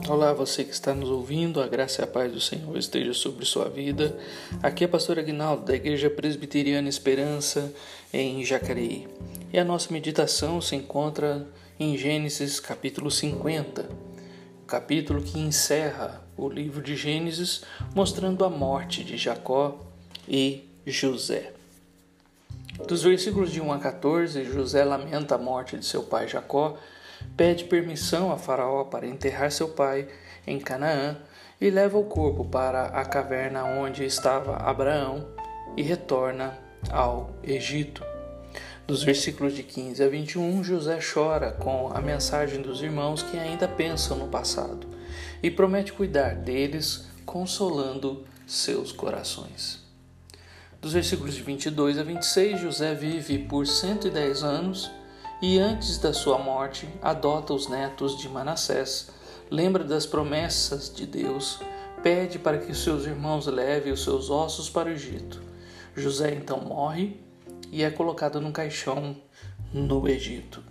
Olá, você que está nos ouvindo, a graça e a paz do Senhor esteja sobre sua vida. Aqui é o pastor Aguinaldo, da Igreja Presbiteriana Esperança, em Jacareí. E a nossa meditação se encontra em Gênesis capítulo 50, capítulo que encerra o livro de Gênesis, mostrando a morte de Jacó e José. Dos versículos de 1 a 14, José lamenta a morte de seu pai Jacó, pede permissão a Faraó para enterrar seu pai em Canaã e leva o corpo para a caverna onde estava Abraão e retorna ao Egito. Dos versículos de 15 a 21, José chora com a mensagem dos irmãos que ainda pensam no passado e promete cuidar deles, consolando seus corações. Dos versículos de 22 a 26, José vive por 110 anos e antes da sua morte adota os netos de Manassés, lembra das promessas de Deus, pede para que seus irmãos levem os seus ossos para o Egito. José então morre e é colocado num caixão no Egito.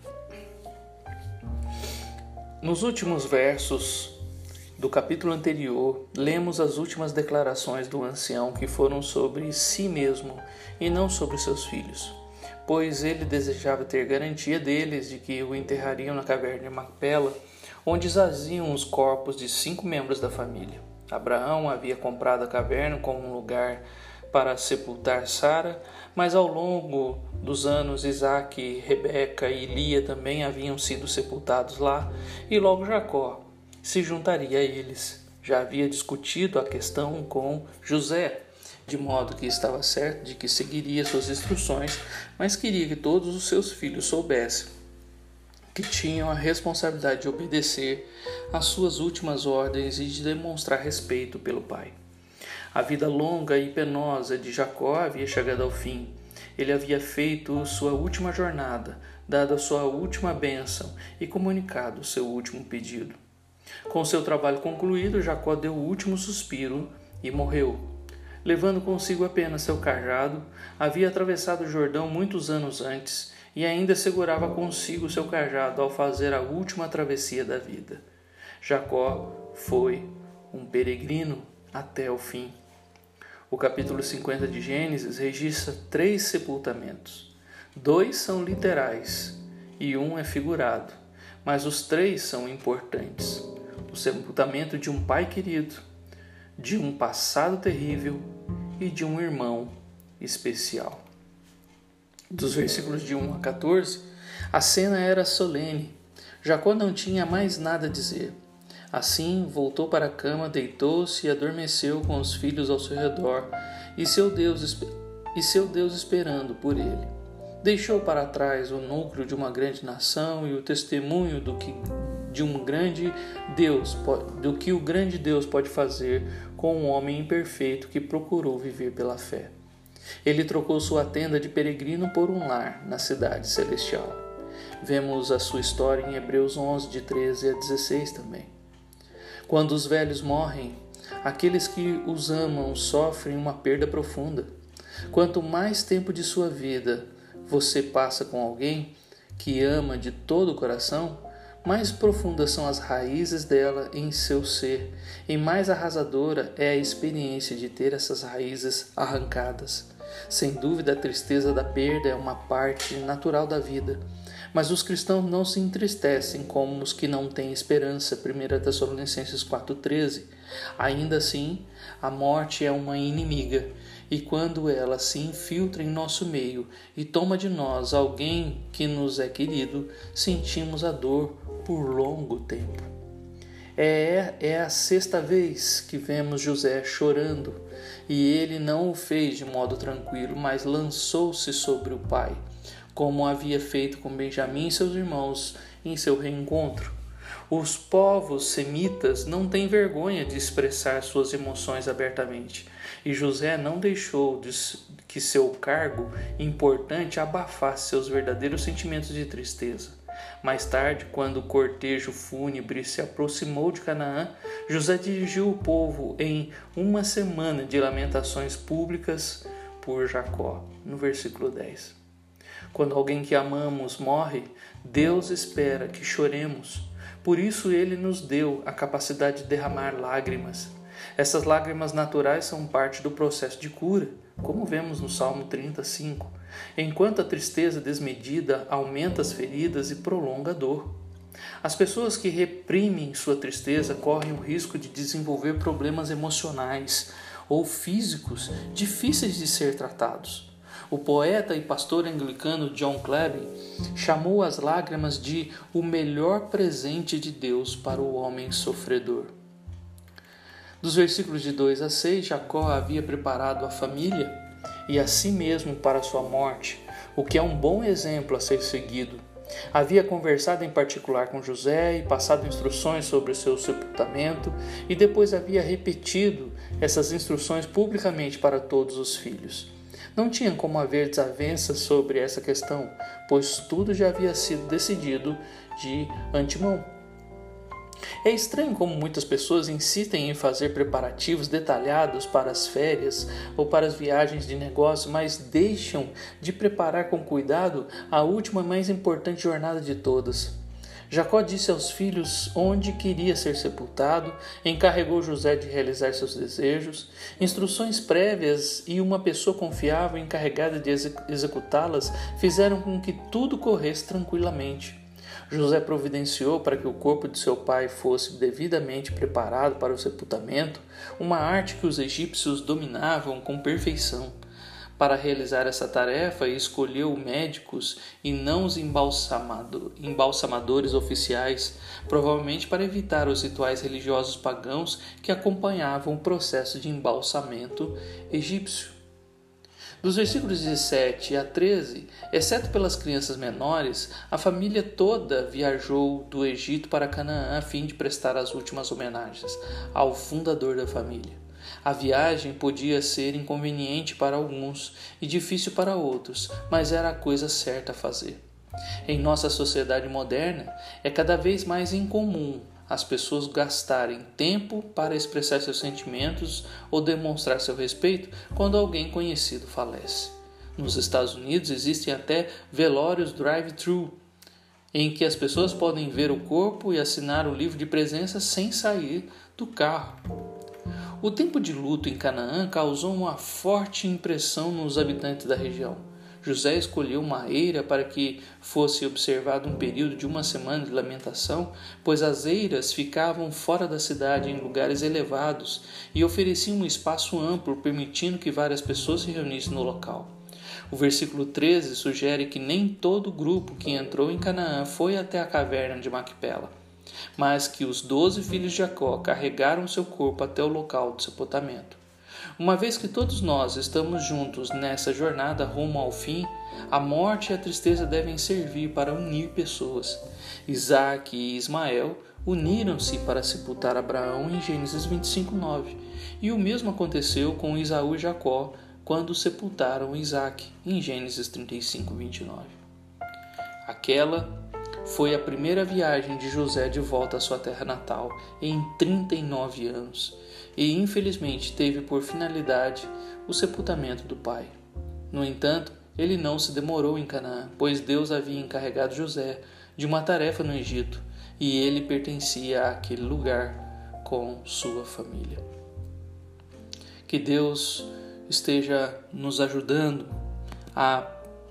Nos últimos versos do capítulo anterior, lemos as últimas declarações do ancião que foram sobre si mesmo e não sobre seus filhos, pois ele desejava ter garantia deles de que o enterrariam na caverna de Macpela, onde jaziam os corpos de 5 membros da família. Abraão havia comprado a caverna como um lugar para sepultar Sara, mas ao longo dos anos Isaque, Rebeca e Lia também haviam sido sepultados lá, e logo Jacó se juntaria a eles. Já havia discutido a questão com José, de modo que estava certo de que seguiria suas instruções, mas queria que todos os seus filhos soubessem que tinham a responsabilidade de obedecer às suas últimas ordens e de demonstrar respeito pelo pai. A vida longa e penosa de Jacó havia chegado ao fim. Ele havia feito sua última jornada, dado a sua última bênção e comunicado seu último pedido. Com seu trabalho concluído, Jacó deu o último suspiro e morreu. Levando consigo apenas seu cajado, havia atravessado o Jordão muitos anos antes e ainda segurava consigo seu cajado ao fazer a última travessia da vida. Jacó foi um peregrino até o fim. O capítulo 50 de Gênesis registra 3 sepultamentos. 2 são literais e 1 é figurado, mas os 3 são importantes. O sepultamento de um pai querido, de um passado terrível e de um irmão especial. Dos versículos de 1 a 14, a cena era solene. Jacó não tinha mais nada a dizer. Assim, voltou para a cama, deitou-se e adormeceu com os filhos ao seu redor e seu Deus esperando por ele. Deixou para trás o núcleo de uma grande nação e o testemunho do que o grande Deus pode fazer com um homem imperfeito que procurou viver pela fé. Ele trocou sua tenda de peregrino por um lar na cidade celestial. Vemos a sua história em Hebreus 11, de 13 a 16 também. Quando os velhos morrem, aqueles que os amam sofrem uma perda profunda. Quanto mais tempo de sua vida você passa com alguém que ama de todo o coração, mais profundas são as raízes dela em seu ser, e mais arrasadora é a experiência de ter essas raízes arrancadas. Sem dúvida, a tristeza da perda é uma parte natural da vida, mas os cristãos não se entristecem como os que não têm esperança. 1 Tessalonicenses 4,13. Ainda assim, a morte é uma inimiga, e quando ela se infiltra em nosso meio e toma de nós alguém que nos é querido, sentimos a dor por longo tempo. É a 6ª vez que vemos José chorando, e ele não o fez de modo tranquilo, mas lançou-se sobre o pai, como havia feito com Benjamim e seus irmãos em seu reencontro. Os povos semitas não têm vergonha de expressar suas emoções abertamente, e José não deixou que seu cargo importante abafasse seus verdadeiros sentimentos de tristeza. Mais tarde, quando o cortejo fúnebre se aproximou de Canaã, José dirigiu o povo em uma semana de lamentações públicas por Jacó, no versículo 10. Quando alguém que amamos morre, Deus espera que choremos. Por isso ele nos deu a capacidade de derramar lágrimas. Essas lágrimas naturais são parte do processo de cura, como vemos no Salmo 35, enquanto a tristeza desmedida aumenta as feridas e prolonga a dor. As pessoas que reprimem sua tristeza correm o risco de desenvolver problemas emocionais ou físicos difíceis de ser tratados. O poeta e pastor anglicano John Clare chamou as lágrimas de o melhor presente de Deus para o homem sofredor. Dos versículos de 2 a 6, Jacó havia preparado a família e a si mesmo para sua morte, o que é um bom exemplo a ser seguido. Havia conversado em particular com José e passado instruções sobre o seu sepultamento, e depois havia repetido essas instruções publicamente para todos os filhos. Não tinha como haver desavenças sobre essa questão, pois tudo já havia sido decidido de antemão. É estranho como muitas pessoas insistem em fazer preparativos detalhados para as férias ou para as viagens de negócio, mas deixam de preparar com cuidado a última e mais importante jornada de todas. Jacó disse aos filhos onde queria ser sepultado, encarregou José de realizar seus desejos, instruções prévias e uma pessoa confiável encarregada de executá-las fizeram com que tudo corresse tranquilamente. José providenciou para que o corpo de seu pai fosse devidamente preparado para o sepultamento, uma arte que os egípcios dominavam com perfeição. Para realizar essa tarefa, escolheu médicos e não os embalsamadores oficiais, provavelmente para evitar os rituais religiosos pagãos que acompanhavam o processo de embalsamento egípcio. Dos versículos 17 a 13, exceto pelas crianças menores, a família toda viajou do Egito para Canaã a fim de prestar as últimas homenagens ao fundador da família. A viagem podia ser inconveniente para alguns e difícil para outros, mas era a coisa certa a fazer. Em nossa sociedade moderna, é cada vez mais incomum as pessoas gastarem tempo para expressar seus sentimentos ou demonstrar seu respeito quando alguém conhecido falece. Nos Estados Unidos existem até velórios drive-thru, em que as pessoas podem ver o corpo e assinar o livro de presença sem sair do carro. O tempo de luto em Canaã causou uma forte impressão nos habitantes da região. José escolheu uma eira para que fosse observado um período de 1 semana de lamentação, pois as eiras ficavam fora da cidade em lugares elevados e ofereciam um espaço amplo, permitindo que várias pessoas se reunissem no local. O versículo 13 sugere que nem todo o grupo que entrou em Canaã foi até a caverna de Macpela, mas que os 12 filhos de Jacó carregaram seu corpo até o local do sepultamento. Uma vez que todos nós estamos juntos nessa jornada rumo ao fim, a morte e a tristeza devem servir para unir pessoas. Isaac e Ismael uniram-se para sepultar Abraão em Gênesis 25:9, e o mesmo aconteceu com Esaú e Jacó quando sepultaram Isaac em Gênesis 35:29. Aquela foi a primeira viagem de José de volta à sua terra natal em 39 anos e infelizmente teve por finalidade o sepultamento do pai. No entanto, ele não se demorou em Canaã, pois Deus havia encarregado José de uma tarefa no Egito e ele pertencia àquele lugar com sua família. Que Deus esteja nos ajudando a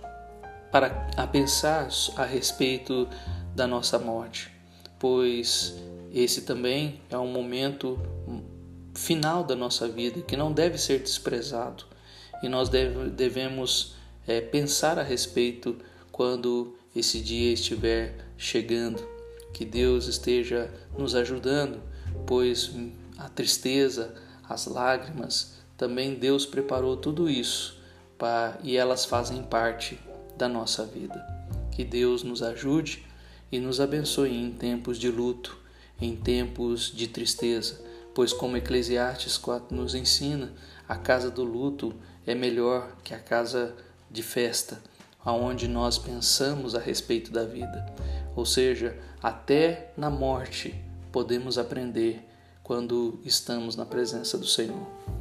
pensar a respeito da nossa morte, pois esse também é um momento final da nossa vida que não deve ser desprezado e nós devemos pensar a respeito quando esse dia estiver chegando. Que Deus esteja nos ajudando, pois a tristeza, as lágrimas, também Deus preparou tudo isso e elas fazem parte da nossa vida. Que Deus nos ajude e nos abençoe em tempos de luto, em tempos de tristeza, pois como Eclesiastes 4 nos ensina, a casa do luto é melhor que a casa de festa, aonde nós pensamos a respeito da vida. Ou seja, até na morte podemos aprender quando estamos na presença do Senhor.